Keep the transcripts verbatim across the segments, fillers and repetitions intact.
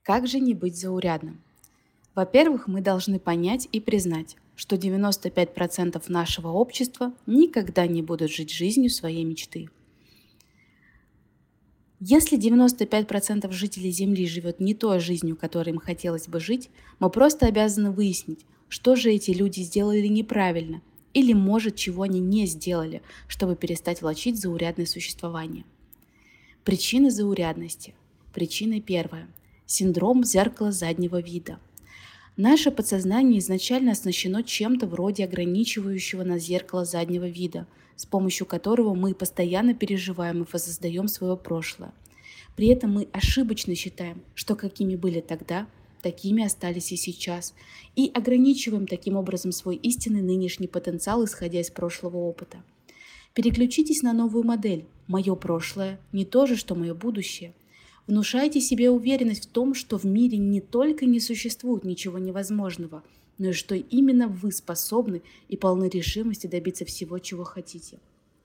Как же не быть заурядным? Во-первых, мы должны понять и признать, что девяносто пять процентов нашего общества никогда не будут жить жизнью своей мечты. Если девяносто пять процентов жителей Земли живет не той жизнью, которой им хотелось бы жить, мы просто обязаны выяснить, что же эти люди сделали неправильно или, может, чего они не сделали, чтобы перестать влачить заурядное существование. Причины заурядности. Причина первая. Синдром зеркала заднего вида. Наше подсознание изначально оснащено чем-то вроде ограничивающего нас зеркала заднего вида, с помощью которого мы постоянно переживаем и воссоздаем свое прошлое. При этом мы ошибочно считаем, что какими были тогда, такими остались и сейчас, и ограничиваем таким образом свой истинный нынешний потенциал, исходя из прошлого опыта. Переключитесь на новую модель «Мое прошлое не то же, что мое будущее». Внушайте себе уверенность в том, что в мире не только не существует ничего невозможного, но и что именно вы способны и полны решимости добиться всего, чего хотите.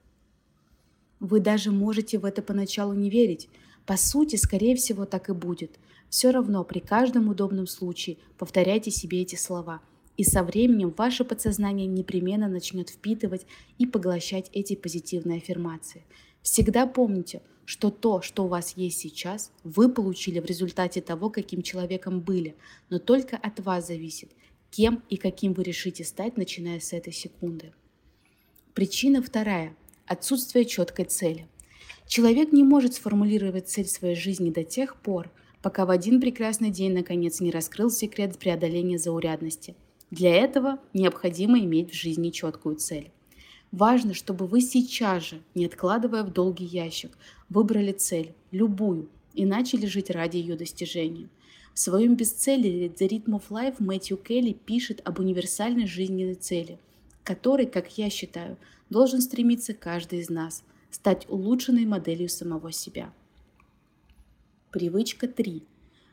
Вы даже можете в это поначалу не верить. По сути, скорее всего, так и будет. Все равно при каждом удобном случае повторяйте себе эти слова. И со временем ваше подсознание непременно начнет впитывать и поглощать эти позитивные аффирмации. Всегда помните, что то, что у вас есть сейчас, вы получили в результате того, каким человеком были, но только от вас зависит, кем и каким вы решите стать, начиная с этой секунды. Причина вторая – отсутствие четкой цели. Человек не может сформулировать цель своей жизни до тех пор, пока в один прекрасный день наконец не раскрыл секрет преодоления заурядности. Для этого необходимо иметь в жизни четкую цель. Важно, чтобы вы сейчас же, не откладывая в долгий ящик, выбрали цель, любую, и начали жить ради ее достижения. В своем бестселлере «The Rhythm of Life» Мэтью Келли пишет об универсальной жизненной цели, к которой, как я считаю, должен стремиться каждый из нас – стать улучшенной моделью самого себя. Привычка три.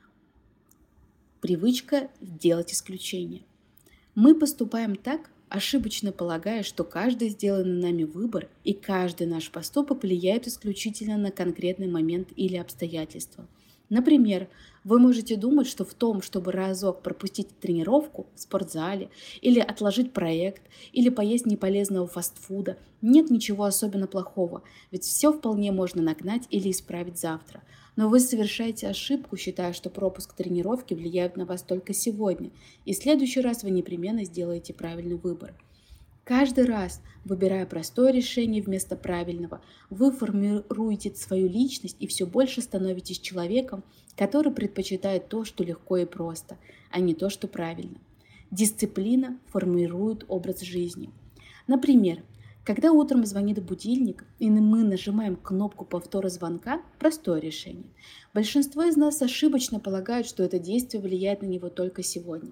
Привычка делать исключения. Мы поступаем так, ошибочно полагая, что каждый сделанный нами выбор и каждый наш поступок влияют исключительно на конкретный момент или обстоятельства. Например, вы можете думать, что в том, чтобы разок пропустить тренировку в спортзале, или отложить проект, или поесть неполезного фастфуда, нет ничего особенно плохого, ведь все вполне можно нагнать или исправить завтра. Но вы совершаете ошибку, считая, что пропуск тренировки влияет на вас только сегодня, и в следующий раз вы непременно сделаете правильный выбор. Каждый раз, выбирая простое решение вместо правильного, вы формируете свою личность и все больше становитесь человеком, который предпочитает то, что легко и просто, а не то, что правильно. Дисциплина формирует образ жизни. Например, когда утром звонит будильник, и мы нажимаем кнопку повтора звонка – простое решение. Большинство из нас ошибочно полагают, что это действие влияет на него только сегодня.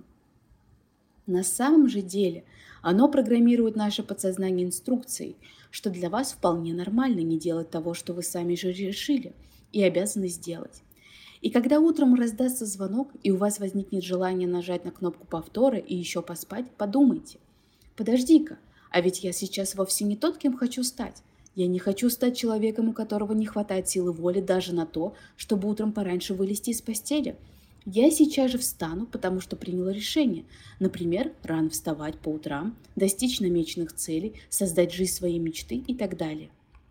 На самом же деле оно программирует наше подсознание инструкцией, что для вас вполне нормально не делать того, что вы сами же решили и обязаны сделать. И когда утром раздастся звонок, и у вас возникнет желание нажать на кнопку повтора и еще поспать, подумайте: подожди-ка, а ведь я сейчас вовсе не тот, кем хочу стать. Я не хочу стать человеком, у которого не хватает силы воли даже на то, чтобы утром пораньше вылезти из постели. Я сейчас же встану, потому что приняла решение. Например, рано вставать по утрам, достичь намеченных целей, создать жизнь своей мечты и так далее.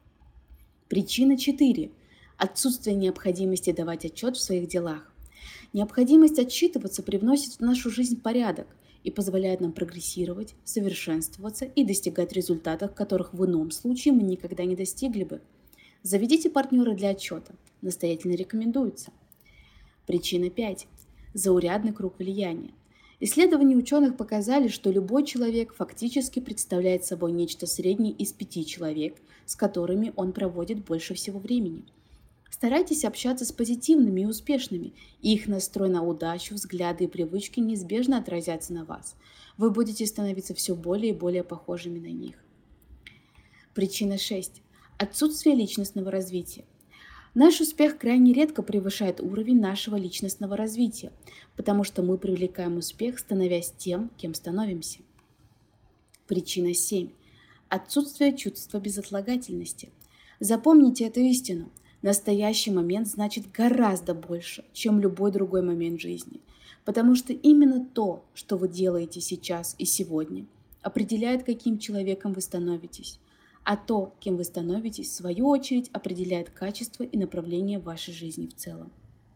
Причина четыре. Отсутствие необходимости давать отчет в своих делах. Необходимость отчитываться привносит в нашу жизнь порядок и позволяет нам прогрессировать, совершенствоваться и достигать результатов, которых в ином случае мы никогда не достигли бы. Заведите партнера для отчета. Настоятельно рекомендуется. Причина пять. Заурядный круг влияния. Исследования ученых показали, что любой человек фактически представляет собой нечто среднее из пяти человек, с которыми он проводит больше всего времени. Старайтесь общаться с позитивными и успешными, и их настрой на удачу, взгляды и привычки неизбежно отразятся на вас. Вы будете становиться все более и более похожими на них. Причина шесть. Отсутствие личностного развития. Наш успех крайне редко превышает уровень нашего личностного развития, потому что мы привлекаем успех, становясь тем, кем становимся. Причина семь. Отсутствие чувства безотлагательности. Запомните эту истину. Настоящий момент значит гораздо больше, чем любой другой момент жизни, потому что именно то, что вы делаете сейчас и сегодня, определяет, каким человеком вы становитесь, а то, кем вы становитесь, в свою очередь, определяет качество и направление вашей жизни в целом.